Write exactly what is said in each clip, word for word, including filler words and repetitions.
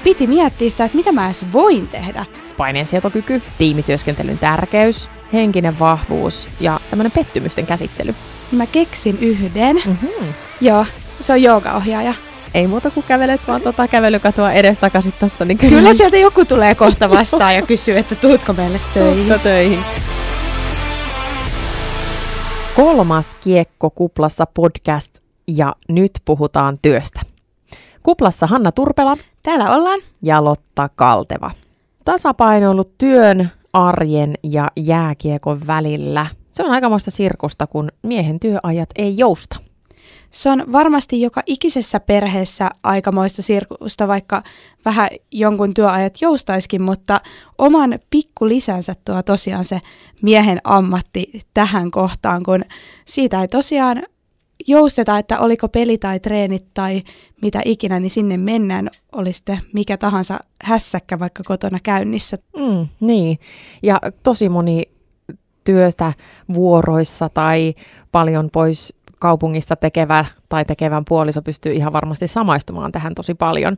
piti miettiä sitä, että mitä mä edes voin tehdä. Paineensietokyky, tiimityöskentelyn tärkeys, henkinen vahvuus ja tämmöinen pettymysten käsittely. Mä keksin yhden. Mm-hmm. Joo, se on joogaohjaaja. Ei muuta kuin kävelet vaan tota kävelykatoa edestakaisin tossa. Niin kyllä... kyllä sieltä joku tulee kohta vastaan ja kysyy, että tuutko meille töihin. Tuutko töihin. Kolmas Kiekko Kuplassa podcast ja nyt puhutaan työstä. Kuplassa Hanna Turpela. Täällä ollaan. Ja Lotta Kalteva. Tasapainoilu työn, arjen ja jääkiekon välillä. Se on aikamoista sirkusta, kun miehen työajat ei jousta. Se on varmasti joka ikisessä perheessä aikamoista sirkusta, vaikka vähän jonkun työajat joustaisikin, mutta oman pikkulisänsä tuo tosiaan se miehen ammatti tähän kohtaan, kun siitä ei tosiaan jousteta, että oliko peli tai treenit tai mitä ikinä, niin sinne mennään, oli sitten mikä tahansa hässäkkä vaikka kotona käynnissä. Mm, niin, ja tosi moni työtä vuoroissa tai paljon pois kaupungista tekevä tai tekevän puoliso pystyy ihan varmasti samaistumaan tähän tosi paljon.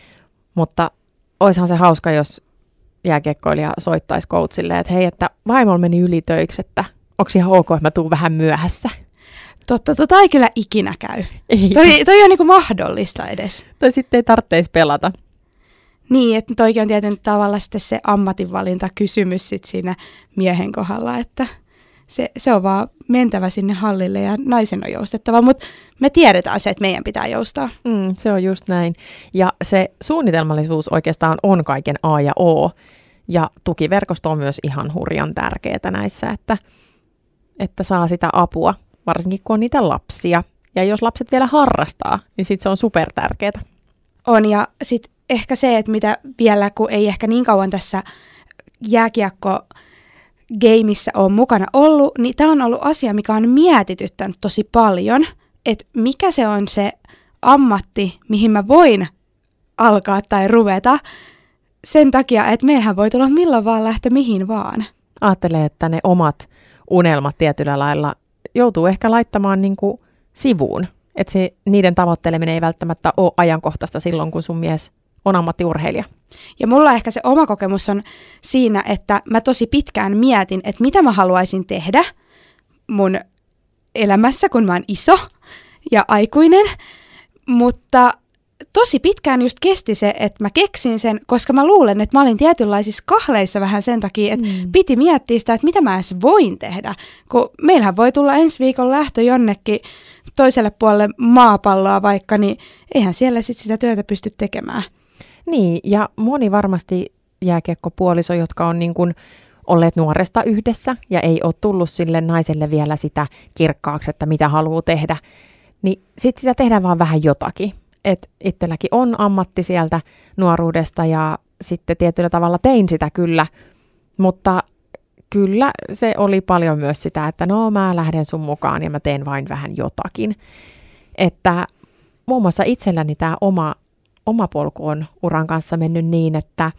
Mutta oishan se hauska, jos jääkiekkoilija soittaisi coachille, että hei, että vaimolla meni ylitöiksi, että onko ihan ok, että mä tuun vähän myöhässä. Totta, tota ei kyllä ikinä käy. Ei. Toi, toi on niinku mahdollista edes. Tai sitten ei tarvitse pelata. Niin, että toikin on tietenkin tavallaan sitten se ammatinvalintakysymys sit siinä miehen kohdalla, että se, se on vaan mentävä sinne hallille ja naisen on joustettava, mutta me tiedetään se, että meidän pitää joustaa. Mm, se on just näin. Ja se suunnitelmallisuus oikeastaan on kaiken A ja O. Ja tukiverkosto on myös ihan hurjan tärkeää näissä, että, että saa sitä apua, varsinkin kun on niitä lapsia. Ja jos lapset vielä harrastaa, niin sitten se on supertärkeää. On, ja sitten ehkä se, että mitä vielä, kun ei ehkä niin kauan tässä jääkiekko gameissa on mukana ollut, niin tämä on ollut asia, mikä on mietityttänyt tosi paljon, että mikä se on se ammatti, mihin mä voin alkaa tai ruveta sen takia, että meillähän voi tulla milloin vaan lähtö mihin vaan. Ajattelen, että ne omat unelmat tietyllä lailla joutuu ehkä laittamaan niin kuin sivuun, että se, niiden tavoitteleminen ei välttämättä ole ajankohtaista silloin, kun sun mies on ammattiurheilija. Ja mulla ehkä se oma kokemus on siinä, että mä tosi pitkään mietin, että mitä mä haluaisin tehdä mun elämässä, kun mä oon iso ja aikuinen. Mutta tosi pitkään just kesti se, että mä keksin sen, koska mä luulen, että mä olin tietynlaisissa kahleissa vähän sen takia, että mm. piti miettiä sitä, että mitä mä edes voin tehdä. Kun meillähän voi tulla ensi viikon lähtö jonnekin toiselle puolelle maapalloa vaikka, niin eihän siellä sit sitä työtä pysty tekemään. Niin, ja moni varmasti jääkiekkopuoliso, jotka on niin kuin olleet nuoresta yhdessä ja ei ole tullut sille naiselle vielä sitä kirkkaaksi, että mitä haluaa tehdä, niin sitten sitä tehdään vaan vähän jotakin. Että itselläkin on ammatti sieltä nuoruudesta ja sitten tietyllä tavalla tein sitä kyllä, mutta kyllä se oli paljon myös sitä, että no mä lähden sun mukaan ja mä teen vain vähän jotakin. Että muun muassa itselläni tämä oma Oma polku on uran kanssa mennyt niin, että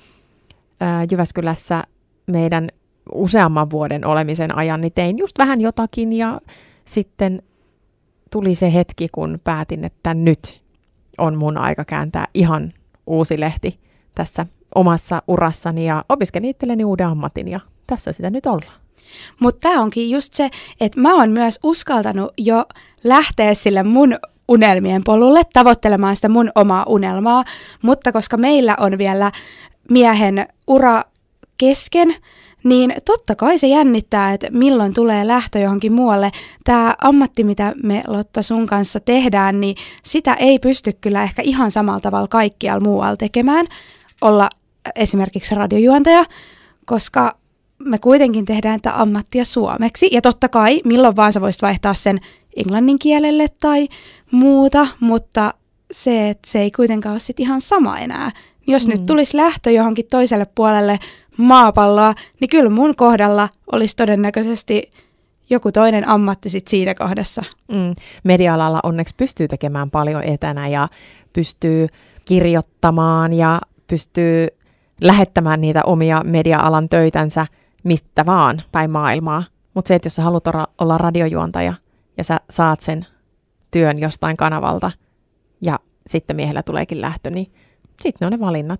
ää, Jyväskylässä meidän useamman vuoden olemisen ajan niin tein just vähän jotakin ja sitten tuli se hetki, kun päätin, että nyt on mun aika kääntää ihan uusi lehti tässä omassa urassani ja opiskelin itselleni uuden ammatin ja tässä sitä nyt ollaan. Mutta tämä onkin just se, että mä oon myös uskaltanut jo lähteä sille mun unelmien polulle, tavoittelemaan sitä mun omaa unelmaa, mutta koska meillä on vielä miehen ura kesken, niin totta kai se jännittää, että milloin tulee lähtö johonkin muualle. Tämä ammatti, mitä me Lotta sun kanssa tehdään, niin sitä ei pysty kyllä ehkä ihan samalla tavalla kaikkialla muualla tekemään, olla esimerkiksi radiojuontaja, koska me kuitenkin tehdään tätä ammattia suomeksi, ja totta kai milloin vaan sä voisit vaihtaa sen englannin kielelle tai muuta, mutta se, että se ei kuitenkaan ole sit ihan sama enää. Jos mm. nyt tulisi lähtö johonkin toiselle puolelle maapalloa, niin kyllä mun kohdalla olisi todennäköisesti joku toinen ammatti sit siinä kohdassa. Mm. Media-alalla onneksi pystyy tekemään paljon etänä ja pystyy kirjoittamaan ja pystyy lähettämään niitä omia media-alan töitänsä mistä vaan päin maailmaa. Mutta se, että jos sä haluat olla radiojuontaja ja sä saat sen työn jostain kanavalta ja sitten miehellä tuleekin lähtö, niin sitten ne on ne valinnat.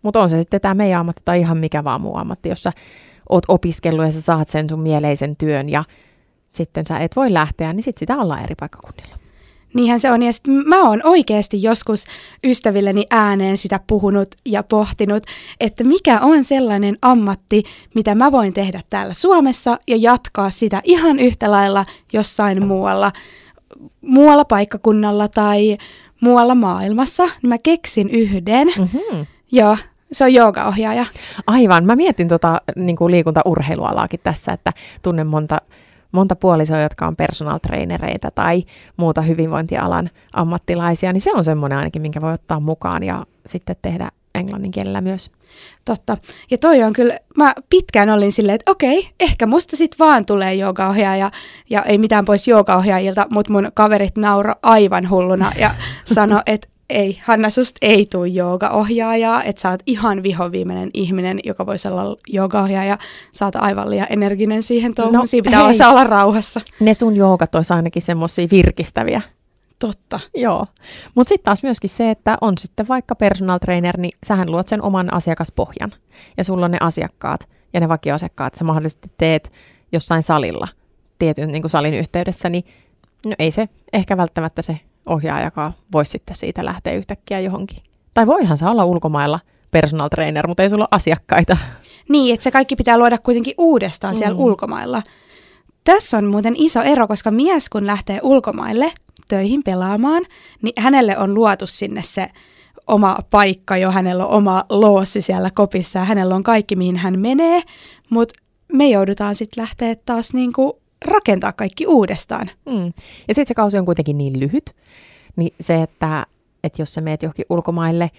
Mutta on se sitten tämä meidän ammatti tai ihan mikä vaan muu ammatti, jos sä oot opiskellut ja sä saat sen sun mieleisen työn ja sitten sä et voi lähteä, niin sitten sitä ollaan eri paikkakunnilla. Niinhän se on, ja sit mä oon oikeasti joskus ystävilleni ääneen sitä puhunut ja pohtinut, että mikä on sellainen ammatti, mitä mä voin tehdä täällä Suomessa ja jatkaa sitä ihan yhtä lailla jossain muualla, muualla paikkakunnalla tai muualla maailmassa. Niin mä keksin yhden. Mm-hmm. Joo, se on joogaohjaaja. Aivan, mä mietin tota niin kuin liikuntaurheilualaakin tässä, että tunnen monta monta puolisoa, jotka on personal trainereita tai muuta hyvinvointialan ammattilaisia, niin se on semmoinen ainakin, minkä voi ottaa mukaan ja sitten tehdä englannin kielellä myös. Totta. Ja toi on kyllä, mä pitkään olin silleen, että okei, ehkä musta sit vaan tulee joogaohjaaja ja ei mitään pois joogaohjaajilta, mutta mun kaverit nauro aivan hulluna ja sano, että ei, Hanna, susta ei tule joogaohjaajaa, että sä oot ihan vihoviimeinen ihminen, joka voisi olla joogaohjaaja. Sä oot aivan liian energinen siihen touhuun, no, siinä pitää olla, olla rauhassa. Ne sun joogat olisi ainakin semmoisia virkistäviä. Totta. Joo, mutta sitten taas myöskin se, että on sitten vaikka personal trainer, niin sähän luot sen oman asiakaspohjan. Ja sulla on ne asiakkaat ja ne vakioasiakkaat, sä mahdollisesti teet jossain salilla, tietyn niin kuin salin yhteydessä, niin no ei se ehkä välttämättä se ohjaajakaan voisi sitten siitä lähteä yhtäkkiä johonkin. Tai voihan se olla ulkomailla personal trainer, mutta ei sulla ole asiakkaita. Niin, että se kaikki pitää luoda kuitenkin uudestaan siellä mm. ulkomailla. Tässä on muuten iso ero, koska mies kun lähtee ulkomaille töihin pelaamaan, niin hänelle on luotu sinne se oma paikka jo, hänellä on oma loossi siellä kopissa ja hänellä on kaikki, mihin hän menee, mutta me joudutaan sitten lähteä taas niinku rakentaa kaikki uudestaan. Mm. Ja sitten se kausi on kuitenkin niin lyhyt, niin se, että, että jos sä meet johonkin ulkomaille,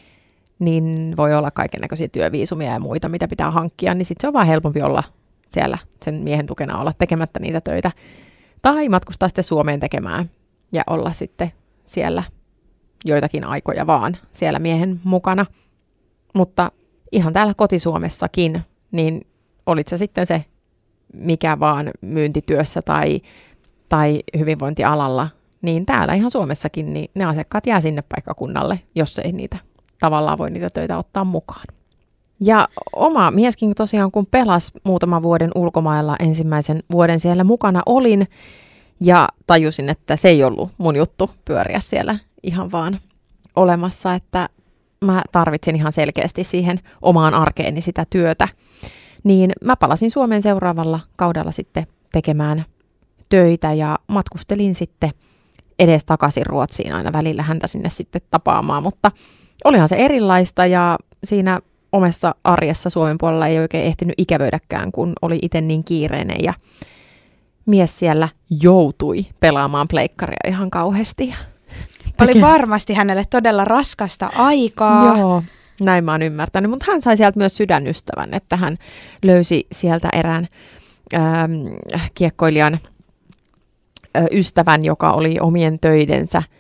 niin voi olla kaikennäköisiä työviisumia ja muita, mitä pitää hankkia, niin sitten se on vaan helpompi olla siellä sen miehen tukena, olla tekemättä niitä töitä. Tai matkustaa sitten Suomeen tekemään ja olla sitten siellä joitakin aikoja vaan siellä miehen mukana. Mutta ihan täällä kotisuomessakin, niin olit sä sitten se mikä vaan myyntityössä tai, tai hyvinvointialalla, niin täällä ihan Suomessakin niin ne asiakkaat jää sinne paikkakunnalle, jos ei niitä tavallaan voi niitä töitä ottaa mukaan. Ja oma mieskin tosiaan, kun pelasi muutaman vuoden ulkomailla, ensimmäisen vuoden siellä mukana olin ja tajusin, että se ei ollut mun juttu pyöriä siellä ihan vaan olemassa, että mä tarvitsin ihan selkeästi siihen omaan arkeeni sitä työtä. Niin mä palasin Suomeen seuraavalla kaudella sitten tekemään töitä ja matkustelin sitten edes takaisin Ruotsiin aina välillä häntä sinne sitten tapaamaan, mutta olihan se erilaista ja siinä omassa arjessa Suomen puolella ei oikein ehtinyt ikävöidäkään, kun oli itse niin kiireinen ja mies siellä joutui pelaamaan pleikkaria ihan kauheasti. Oli varmasti hänelle todella raskasta aikaa. Joo. Näin mä oon ymmärtänyt, mutta hän sai sieltä myös sydänystävän, että hän löysi sieltä erään ähm, kiekkoilijan äh, ystävän, joka oli omien töidensä äh,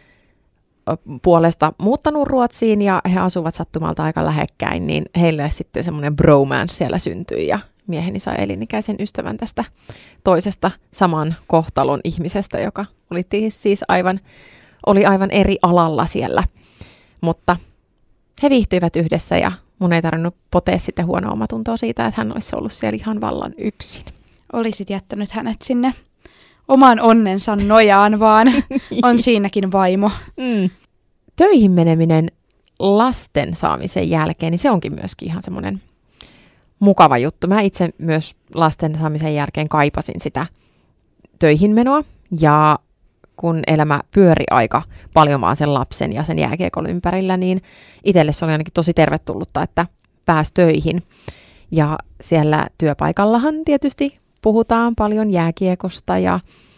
puolesta muuttanut Ruotsiin ja he asuvat sattumalta aika lähekkäin, niin heille sitten semmoinen bromance siellä syntyi ja mieheni sai elinikäisen ystävän tästä toisesta saman kohtalon ihmisestä, joka oli siis aivan, oli aivan eri alalla siellä, mutta he viihtyivät yhdessä ja mun ei tarvinnut potea sitten huonoa omatuntoa siitä, että hän olisi ollut siellä ihan vallan yksin. Olisit jättänyt hänet sinne oman onnensa nojaan, vaan on siinäkin vaimo. Mm. Töihin meneminen lasten saamisen jälkeen, niin se onkin myöskin ihan semmoinen mukava juttu. Mä itse myös lasten saamisen jälkeen kaipasin sitä töihin menoa ja kun elämä pyöri aika paljon vaan sen lapsen ja sen jääkiekon ympärillä, niin itselle se oli ainakin tosi tervetullutta, että pääsi töihin. Ja siellä työpaikallahan tietysti puhutaan paljon jääkiekosta ja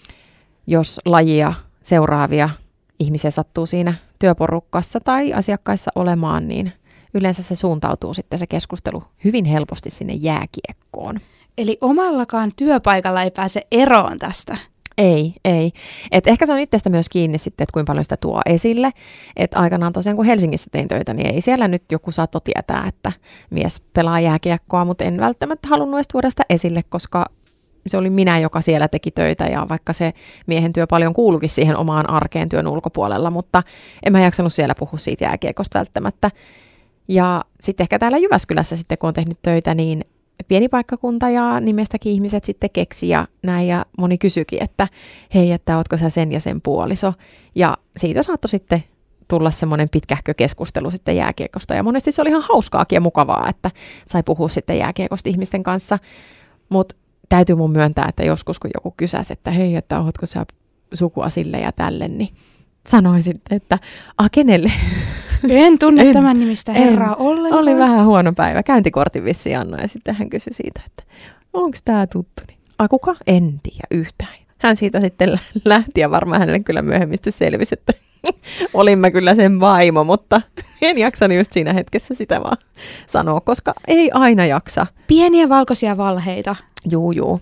jos lajia seuraavia ihmisiä sattuu siinä työporukassa tai asiakkaissa olemaan, niin yleensä se suuntautuu sitten se keskustelu hyvin helposti sinne jääkiekkoon. Eli omallakaan työpaikalla ei pääse eroon tästä. Ei, ei. Et ehkä se on itsestä myös kiinni sitten, että kuinka paljon sitä tuo esille. Että aikanaan tosiaan, kun Helsingissä tein töitä, niin ei siellä nyt joku saattoi tietää, että mies pelaa jääkiekkoa, mutta en välttämättä halunnut edes tuoda sitä esille, koska se oli minä, joka siellä teki töitä ja vaikka se miehen työ paljon kuulukin siihen omaan arkeen työn ulkopuolella, mutta en mä jaksanut siellä puhua siitä jääkiekosta välttämättä. Ja sitten ehkä täällä Jyväskylässä sitten, kun on tehnyt töitä, niin pieni paikkakunta ja nimestäkin ihmiset sitten keksi ja näin. Ja moni kysyikin, että hei, että ootko sä sen ja sen puoliso. Ja siitä saattoi sitten tulla semmoinen pitkähkö keskustelu sitten jääkiekosta. Ja monesti se oli ihan hauskaakin ja mukavaa, että sai puhua sitten jääkiekosta ihmisten kanssa. Mutta täytyy mun myöntää, että joskus kun joku kysäisi, että hei, että ootko sä sukua sille ja tälle, niin sanoin sitten, että a kenelle? En tunne en, tämän nimistä herraa ollenkaan. Oli vähän huono päivä. Käyntikortin vissiin annoin ja sitten hän kysyi siitä, että onko tämä tuttu? A kuka? En tiedä yhtään. Hän siitä sitten lähti ja varmaan hänelle kyllä myöhemmin selvisi, että olimme kyllä sen vaimo, mutta en jaksanut just siinä hetkessä sitä vaan sanoa, koska ei aina jaksa. Pieniä valkoisia valheita. Juu, juu.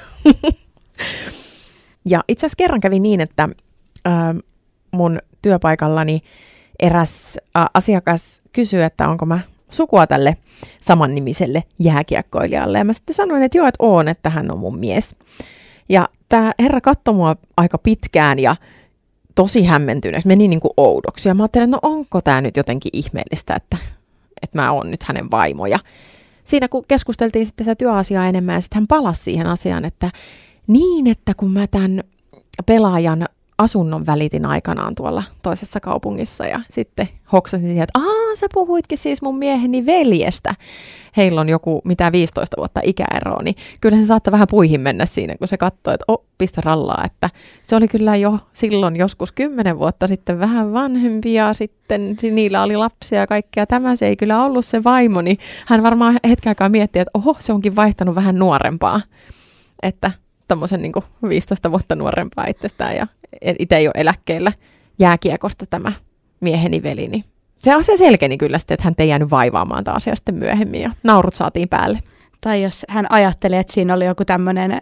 Ja itse asiassa kerran kävi niin, että äh, mun työpaikallani eräs äh, asiakas kysyi, että onko mä sukua tälle samannimiselle jääkiekkoilijalle. Ja mä sitten sanoin, että joo, että oon, että hän on mun mies. Ja tämä herra katsoi mua aika pitkään ja tosi hämmentyneeksi, meni niin kuin oudoksi. Ja mä ajattelin, että no onko tämä nyt jotenkin ihmeellistä, että, että mä oon nyt hänen vaimo. Ja siinä kun keskusteltiin sitten sitä työasiaa enemmän ja sitten hän palasi siihen asiaan, että niin, että kun mä tämän pelaajan asunnon välitin aikanaan tuolla toisessa kaupungissa ja sitten hoksasin siihen, että aah, sä puhuitkin siis mun mieheni veljestä. Heillä on joku mitä viisitoista vuotta ikäeroa, niin kyllä se saattaa vähän puihin mennä siinä, kun se katsoo, että oh, pistä rallaa, että se oli kyllä jo silloin joskus kymmenen vuotta sitten vähän vanhempi ja sitten niillä oli lapsia ja kaikkea. Tämä se ei kyllä ollut se vaimo, niin hän varmaan hetken aikaa mietti, että oho, se onkin vaihtanut vähän nuorempaa, että tommosen niin kuin viisitoista vuotta nuorempaa itsestään ja itse ei ole eläkkeellä jääkiekosta tämä mieheni veli, niin se asia selkeni kyllä sitten, että hän ei jäänyt vaivaamaan taas ja sitten myöhemmin ja naurut saatiin päälle. Tai jos hän ajattelee, että siinä oli joku tämmöinen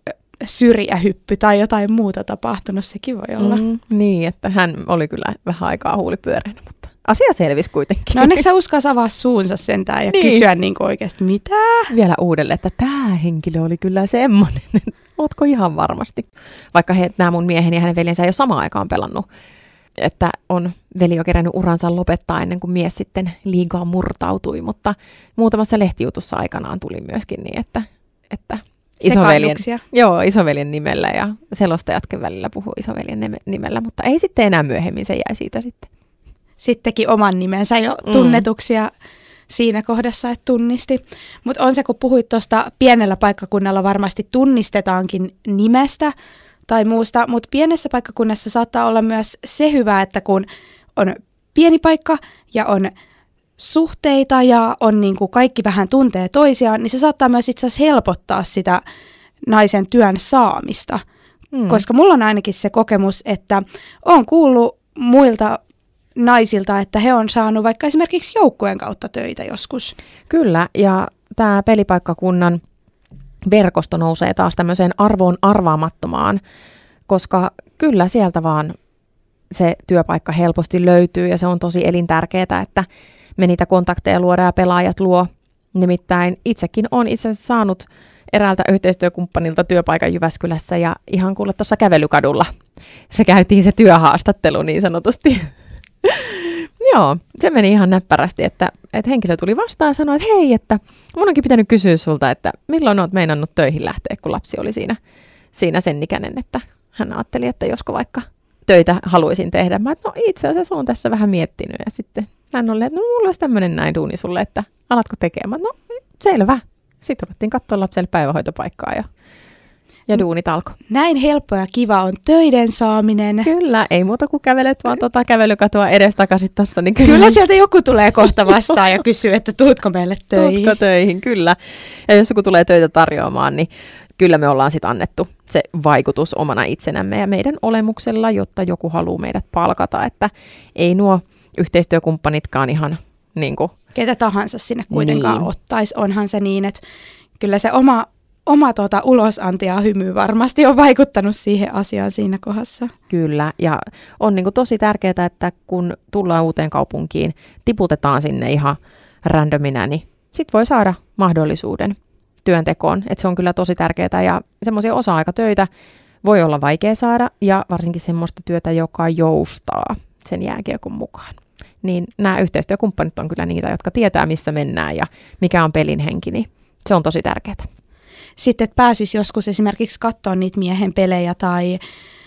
syrjähyppy tai jotain muuta tapahtunut, sekin voi olla. Mm, niin, että hän oli kyllä vähän aikaa huulipyöreänä, mutta asia selvisi kuitenkin. No onneksi sä uskalsi avaa suunsa sentään ja niin kysyä niin oikeasti, mitä? Vielä uudelleen, että tämä henkilö oli kyllä semmoinen, ootko ihan varmasti? Vaikka he, nämä mun mieheni ja hänen veljensä ei ole samaan aikaan pelannut, että on veli jo kerännyt uransa lopettaa ennen kuin mies sitten liigaan murtautui, mutta muutamassa lehtijutussa aikanaan tuli myöskin niin, että, että isoveljen, joo, isoveljen nimellä ja selostajatkin välillä puhuu isoveljen nimellä, mutta ei sitten enää myöhemmin, se jäi siitä sitten. Sittenkin oman nimensä jo tunnetuksia mm. siinä kohdassa, että tunnisti. Mutta on se, kun puhuit tuosta pienellä paikkakunnalla varmasti tunnistetaankin nimestä tai muusta, mutta pienessä paikkakunnassa saattaa olla myös se hyvä, että kun on pieni paikka ja on suhteita ja on niin kuin kaikki vähän tuntee toisiaan, niin se saattaa myös itse asiassa helpottaa sitä naisen työn saamista. Mm. Koska mulla on ainakin se kokemus, että olen kuullut muilta naisilta, että he on saanut vaikka esimerkiksi joukkueen kautta töitä joskus. Kyllä, ja tämä pelipaikkakunnan verkosto nousee taas tämmöiseen arvoon arvaamattomaan, koska kyllä sieltä vaan se työpaikka helposti löytyy ja se on tosi elintärkeää, että me niitä kontakteja luodaan ja pelaajat luo. Nimittäin itsekin olen itse asiassa saanut eräältä yhteistyökumppanilta työpaikan Jyväskylässä ja ihan kuule tuossa kävelykadulla se käytiin se työhaastattelu niin sanotusti. Joo, se meni ihan näppärästi, että, että henkilö tuli vastaan ja sanoi, että hei, että mun onkin pitänyt kysyä sulta, että milloin olet meinannut töihin lähteä, kun lapsi oli siinä, siinä sen ikäinen, että hän ajatteli, että josko vaikka töitä haluaisin tehdä. Mä että no itse asiassa olen tässä vähän miettinyt ja sitten hän oli, että no mulla olisi tämmöinen näin duuni sulle, että alatko tekemään? No selvä. Sitten ruvettiin katsoa lapselle päivähoitopaikkaa ja Ja duunit alkoi. Näin helppo ja kiva on töiden saaminen. Kyllä, ei muuta kuin kävelet vaan tota kävelykatua edestakaisin tossa. Niin kyllä. kyllä sieltä joku tulee kohta vastaan ja kysyy, että tuutko meille töihin. Tuutko töihin, kyllä. Ja jos joku tulee töitä tarjoamaan, niin kyllä me ollaan sitten annettu se vaikutus omana itsenämme ja meidän olemuksella, jotta joku haluaa meidät palkata. Että ei nuo yhteistyökumppanitkaan ihan niin kuin ketä tahansa sinne kuitenkaan niin ottaisi. Onhan se niin, että kyllä se oma Oma tuota ulosanti ja hymy varmasti on vaikuttanut siihen asiaan siinä kohdassa. Kyllä, ja on niin kuin tosi tärkeää, että kun tullaan uuteen kaupunkiin, tiputetaan sinne ihan randomina, niin sit voi saada mahdollisuuden työntekoon. Et se on kyllä tosi tärkeää, ja semmoisia osa-aikatöitä voi olla vaikea saada, ja varsinkin semmoista työtä, joka joustaa sen jääkiekon mukaan. niin nämä yhteistyökumppanit on kyllä niitä, jotka tietää, missä mennään ja mikä on pelin henki, niin se on tosi tärkeää. Sitten, että pääsisi joskus esimerkiksi katsoa niitä miehen pelejä tai,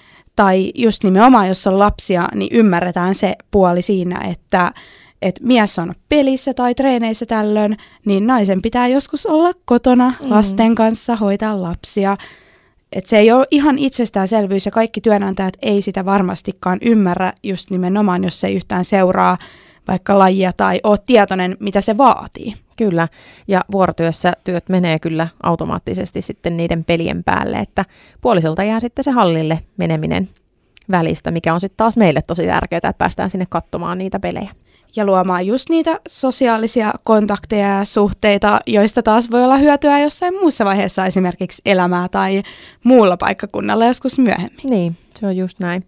tai just nimenomaan, jos on lapsia, niin ymmärretään se puoli siinä, että että mies on pelissä tai treeneissä tällöin, niin naisen pitää joskus olla kotona lasten kanssa, hoitaa lapsia. Että se ei ole ihan itsestäänselvyys ja kaikki työnantajat ei sitä varmastikaan ymmärrä just nimenomaan, jos se ei yhtään seuraa vaikka lajia tai ole tietoinen, mitä se vaatii. Kyllä, ja vuorotyössä työt menee kyllä automaattisesti sitten niiden pelien päälle, että puolisolta jää sitten se hallille meneminen välistä, mikä on sitten taas meille tosi tärkeää, että päästään sinne katsomaan niitä pelejä. Ja luomaan just niitä sosiaalisia kontakteja ja suhteita, joista taas voi olla hyötyä jossain muussa vaiheessa esimerkiksi elämää tai muulla paikkakunnalla joskus myöhemmin. Niin, se on just näin.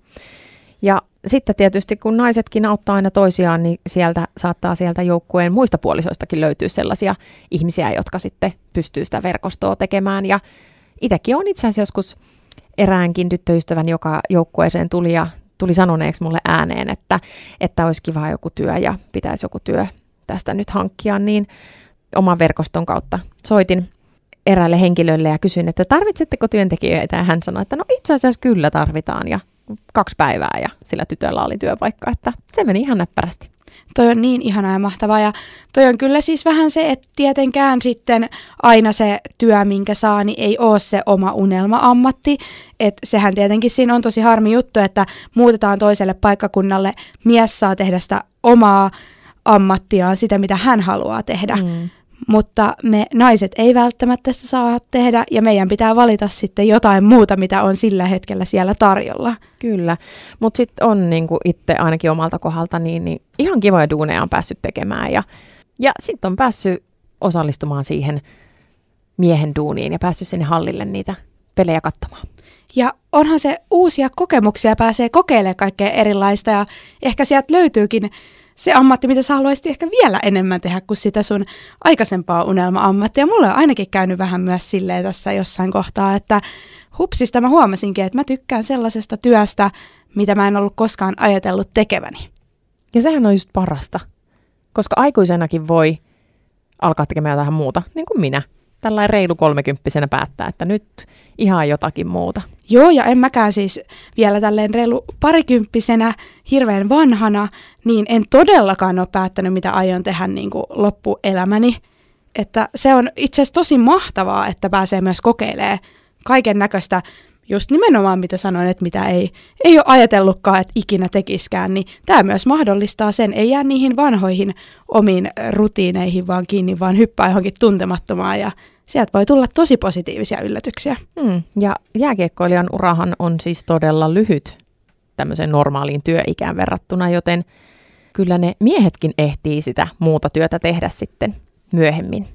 Ja sitten tietysti kun naisetkin auttaa aina toisiaan, niin sieltä saattaa sieltä joukkueen muista puolisoistakin löytyä sellaisia ihmisiä, jotka sitten pystyy sitä verkostoa tekemään. Ja itsekin olen itse asiassa joskus eräänkin tyttöystävän, joka joukkueeseen tuli ja tuli sanoneeksi mulle ääneen, että, että olisi kiva joku työ ja pitäisi joku työ tästä nyt hankkia, niin oman verkoston kautta soitin eräälle henkilölle ja kysyin, että tarvitsetteko työntekijöitä, ja hän sanoi, että no itse asiassa kyllä tarvitaan, ja kaksi päivää, ja sillä tytöllä oli työpaikka, että se meni ihan näppärästi. Toi on niin ihanaa ja mahtavaa, ja toi on kyllä siis vähän se, että tietenkään sitten aina se työ, minkä saa, niin ei ole se oma unelma-ammatti. Että sehän tietenkin siinä on tosi harmi juttu, että muutetaan toiselle paikkakunnalle, mies saa tehdä sitä omaa ammattiaan, sitä mitä hän haluaa tehdä. Mm. Mutta me naiset ei välttämättä sitä saa tehdä, ja meidän pitää valita sitten jotain muuta, mitä on sillä hetkellä siellä tarjolla. Kyllä, mutta sitten on niinku itse ainakin omalta kohdalta niin, niin ihan kivoja duuneja on päässyt tekemään, ja, ja sitten on päässyt osallistumaan siihen miehen duuniin ja päässyt sinne hallille niitä pelejä katsomaan. Ja onhan se uusia kokemuksia, pääsee kokeilemaan kaikkea erilaista, ja ehkä sieltä löytyykin se ammatti, mitä sä haluaisit ehkä vielä enemmän tehdä kuin sitä sun aikaisempaa unelma-ammattia. Mulla on ainakin käynyt vähän myös silleen tässä jossain kohtaa, että hupsista mä huomasinkin, että mä tykkään sellaisesta työstä, mitä mä en ollut koskaan ajatellut tekeväni. Ja sehän on just parasta, koska aikuisenakin voi alkaa tekemään jotain muuta, niin kuin minä. Tällainen reilu kolmekymppisenä päättää, että nyt ihan jotakin muuta. Joo, ja en mäkään siis vielä tälleen reilu parikymppisenä, hirveän vanhana, niin en todellakaan ole päättänyt, mitä aion tehdä niin kuin loppuelämäni. Että se on itse asiassa tosi mahtavaa, että pääsee myös kokeilemaan kaiken näköistä, just nimenomaan mitä sanoin, että mitä ei, ei ole ajatellutkaan, että ikinä tekiskään, niin tämä myös mahdollistaa sen, ei jää niihin vanhoihin omiin rutiineihin vaan kiinni, vaan hyppää johonkin tuntemattomaan, ja sieltä voi tulla tosi positiivisia yllätyksiä. Hmm. Ja jääkiekkoilijan urahan on siis todella lyhyt tämmöiseen normaaliin työikään verrattuna, joten kyllä ne miehetkin ehtii sitä muuta työtä tehdä sitten myöhemmin.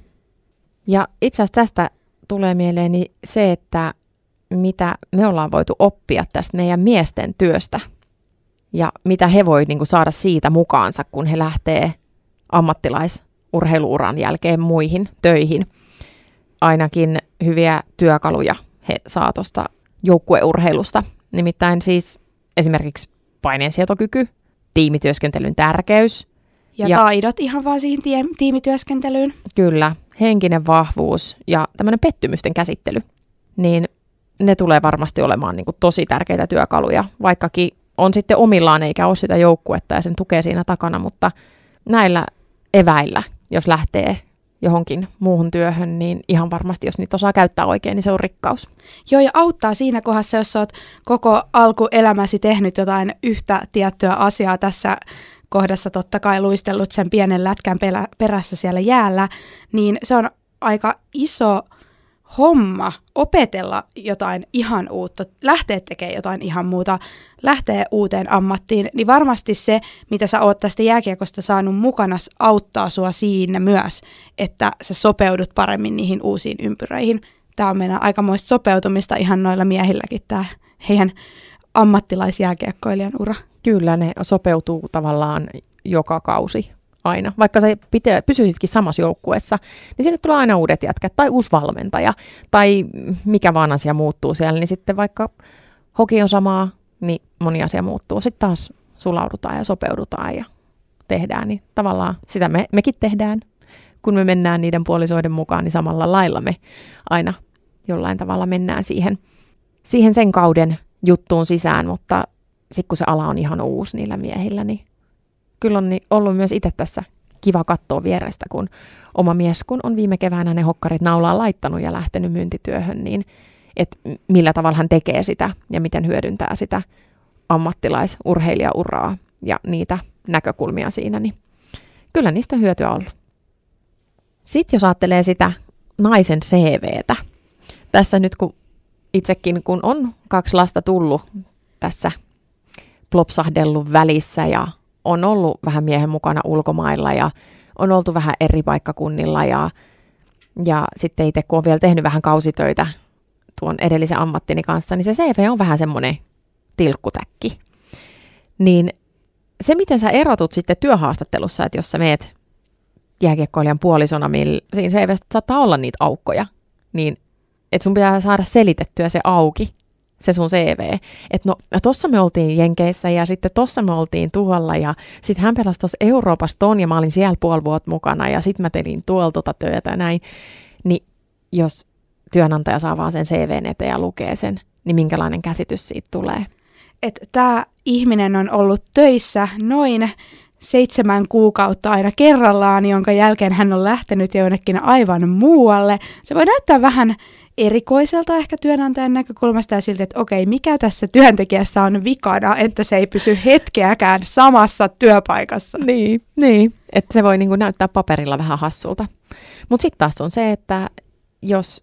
Ja itse asiassa tästä tulee mieleeni se, että mitä me ollaan voitu oppia tästä meidän miesten työstä ja mitä he voi niin kuin saada siitä mukaansa, kun he lähtee ammattilaisurheiluuran jälkeen muihin töihin. Ainakin hyviä työkaluja he saa tuosta joukkueurheilusta. Nimittäin siis esimerkiksi paineensietokyky, tiimityöskentelyn tärkeys. Ja, ja taidot ihan vaan siihen tie- tiimityöskentelyyn. Kyllä, henkinen vahvuus ja tämmöinen pettymysten käsittely. Niin ne tulee varmasti olemaan niin kuin tosi tärkeitä työkaluja, vaikkakin on sitten omillaan eikä ole sitä joukkuetta ja sen tukee siinä takana, mutta näillä eväillä, jos lähtee johonkin muuhun työhön, niin ihan varmasti, jos niitä osaa käyttää oikein, niin se on rikkaus. Joo, ja auttaa siinä kohdassa, jos olet koko alkuelämäsi tehnyt jotain yhtä tiettyä asiaa tässä kohdassa, totta kai luistellut sen pienen lätkän perässä siellä jäällä, niin se on aika iso homma opetella jotain ihan uutta, lähteä tekemään jotain ihan muuta, lähteä uuteen ammattiin, niin varmasti se, mitä sä oot tästä jääkiekosta saanut mukana, auttaa sua siinä myös, että sä sopeudut paremmin niihin uusiin ympyröihin. Tämä on meidän aikamoista sopeutumista ihan noilla miehilläkin, tämä heidän ammattilaisjääkiekkoilijan ura. Kyllä, ne sopeutuu tavallaan joka kausi. Aina. Vaikka sä pitä, pysyisitkin samassa joukkueessa, niin sinne tulee aina uudet jätkät tai uusi valmentaja tai mikä vaan asia muuttuu siellä, niin sitten vaikka hoki on samaa, niin moni asia muuttuu. Sitten taas sulaudutaan ja sopeudutaan ja tehdään, niin tavallaan sitä me, mekin tehdään. Kun me mennään niiden puolisoiden mukaan, niin samalla lailla me aina jollain tavalla mennään siihen, siihen sen kauden juttuun sisään, mutta sitten kun se ala on ihan uusi niillä miehillä, niin kyllä on ollut myös itse tässä kiva katsoa vierestä, kun oma mies, kun on viime keväänä ne hokkarit naulaan laittanut ja lähtenyt myyntityöhön, niin että millä tavalla hän tekee sitä ja miten hyödyntää sitä ammattilaisurheilijauraa ja niitä näkökulmia siinä, niin kyllä niistä on hyötyä ollut. Sitten jos ajattelee sitä naisen C V:tä, tässä nyt kun itsekin kun on kaksi lasta tullut tässä plopsahdellut välissä ja on ollut vähän miehen mukana ulkomailla ja on oltu vähän eri paikkakunnilla ja, ja sitten itse kun on vielä tehnyt vähän kausitöitä tuon edellisen ammattini kanssa, niin se C V on vähän semmoinen tilkkutäkki. Niin se, miten sä erotut sitten työhaastattelussa, että jos sä meet jääkiekkoilijan puolisona, millä siinä C V:stä saattaa olla niitä aukkoja, niin että sun pitää saada selitettyä se auki, se sun C V. Että no, tossa me oltiin Jenkeissä ja sitten tossa me oltiin tuolla ja sitten hän pelasi tuossa Euroopassa ton ja mä olin siellä puoli vuotta mukana ja sitten mä tein tuolla tota työtä ja näin. Niin jos työnantaja saa vaan sen C V:n eteen ja lukee sen, niin minkälainen käsitys siitä tulee? Että tämä ihminen on ollut töissä noin seitsemän kuukautta aina kerrallaan, jonka jälkeen hän on lähtenyt jonnekin aivan muualle. Se voi näyttää vähän erikoiselta ehkä työnantajan näkökulmasta ja siltä, että okei, mikä tässä työntekijässä on vikana, että se ei pysy hetkeäkään samassa työpaikassa. Niin, niin. Että se voi niinku näyttää paperilla vähän hassulta. Mutta sitten taas on se, että jos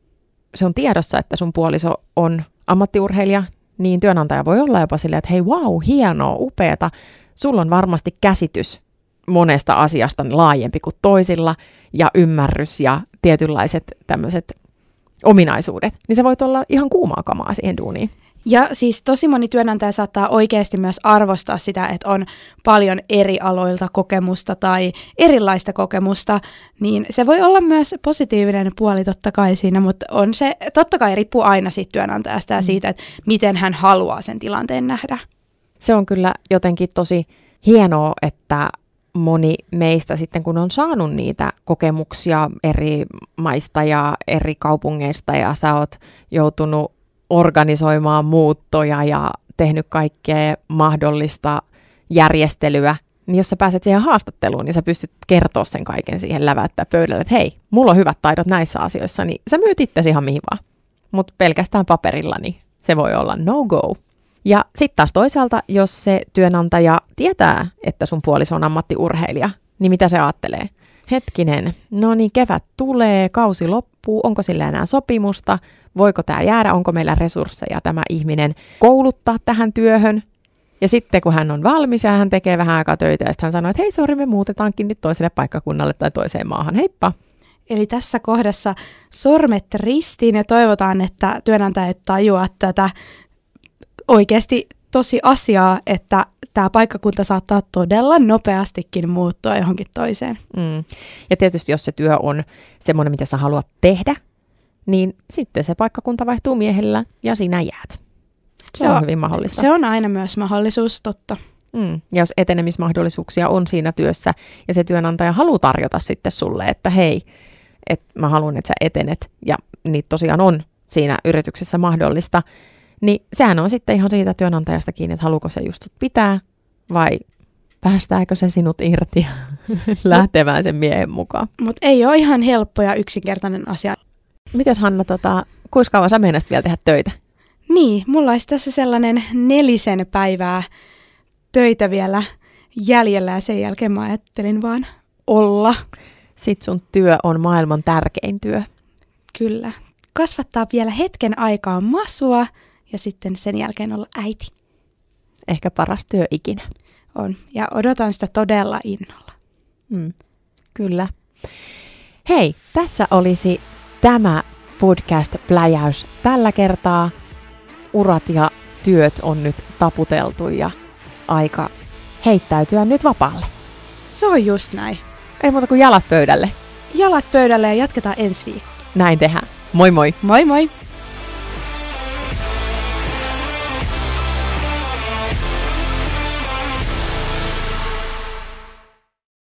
se on tiedossa, että sun puoliso on ammattiurheilija, niin työnantaja voi olla jopa silleen, että hei, wow, hienoa, upeata. Sulla on varmasti käsitys monesta asiasta laajempi kuin toisilla ja ymmärrys ja tietynlaiset tämmöiset ominaisuudet. Niin se voi olla ihan kuumaa kamaa siihen duuniin. Ja siis tosi moni työnantaja saattaa oikeasti myös arvostaa sitä, että on paljon eri aloilta kokemusta tai erilaista kokemusta, niin se voi olla myös positiivinen puoli totta kai siinä, mutta on se, totta kai riippuu aina siitä työnantajasta ja siitä, että miten hän haluaa sen tilanteen nähdä. Se on kyllä jotenkin tosi hienoa, että moni meistä sitten, kun on saanut niitä kokemuksia eri maista ja eri kaupungeista ja sä oot joutunut organisoimaan muuttoja ja tehnyt kaikkea mahdollista järjestelyä, niin jos sä pääset siihen haastatteluun, niin sä pystyt kertoa sen kaiken siihen läväyttää pöydälle, että hei, mulla on hyvät taidot näissä asioissa, niin sä myyt itsesi ihan mihin vaan. Mutta pelkästään paperilla, niin se voi olla no go. Ja sitten taas toisaalta, jos se työnantaja tietää, että sun puoliso on ammattiurheilija, niin mitä se ajattelee? Hetkinen, no niin, kevät tulee, kausi loppuu, onko sillä enää sopimusta, voiko tämä jäädä, onko meillä resursseja tämä ihminen kouluttaa tähän työhön. Ja sitten kun hän on valmis ja hän tekee vähän aikaa töitä ja sitten hän sanoo, että hei sori, me muutetaankin nyt toiselle paikkakunnalle tai toiseen maahan, heippa. Eli tässä kohdassa sormet ristiin ja toivotaan, että työnantajat tajuaa tätä oikeasti tosi asiaa, että tämä paikkakunta saattaa todella nopeastikin muuttua johonkin toiseen. Mm. Ja tietysti jos se työ on semmoinen, mitä sä haluat tehdä, niin sitten se paikkakunta vaihtuu miehellä ja sinä jäät. Se, se on, on hyvin mahdollista. Se on aina myös mahdollisuus, totta. Mm. Ja jos etenemismahdollisuuksia on siinä työssä ja se työnantaja haluaa tarjota sitten sulle, että hei, että mä haluan, että sä etenet ja niitä tosiaan on siinä yrityksessä mahdollista, niin sehän on sitten ihan siitä työnantajasta kiinni, että haluuko se just pitää vai päästääkö se sinut irti lähtemään sen miehen mukaan. Mutta ei ole ihan helppo ja yksinkertainen asia. Mites Hanna, tota, kuinka kauan sä meinasit vielä tehdä töitä? Niin, mulla olisi tässä sellainen nelisen päivää töitä vielä jäljellä ja sen jälkeen mä ajattelin vaan olla. Sitten sun työ on maailman tärkein työ. Kyllä. Kasvattaa vielä hetken aikaa masua ja sitten sen jälkeen olla äiti. Ehkä paras työ ikinä. On. Ja odotan sitä todella innolla. Mm, kyllä. Hei, tässä olisi tämä podcast-pläjäys tällä kertaa. Urat ja työt on nyt taputeltu ja aika heittäytyä nyt vapaalle. Se on just näin. Ei muuta kuin jalat pöydälle. Jalat pöydälle ja jatketaan ensi viikolla. Näin tehdään. Moi moi! Moi moi!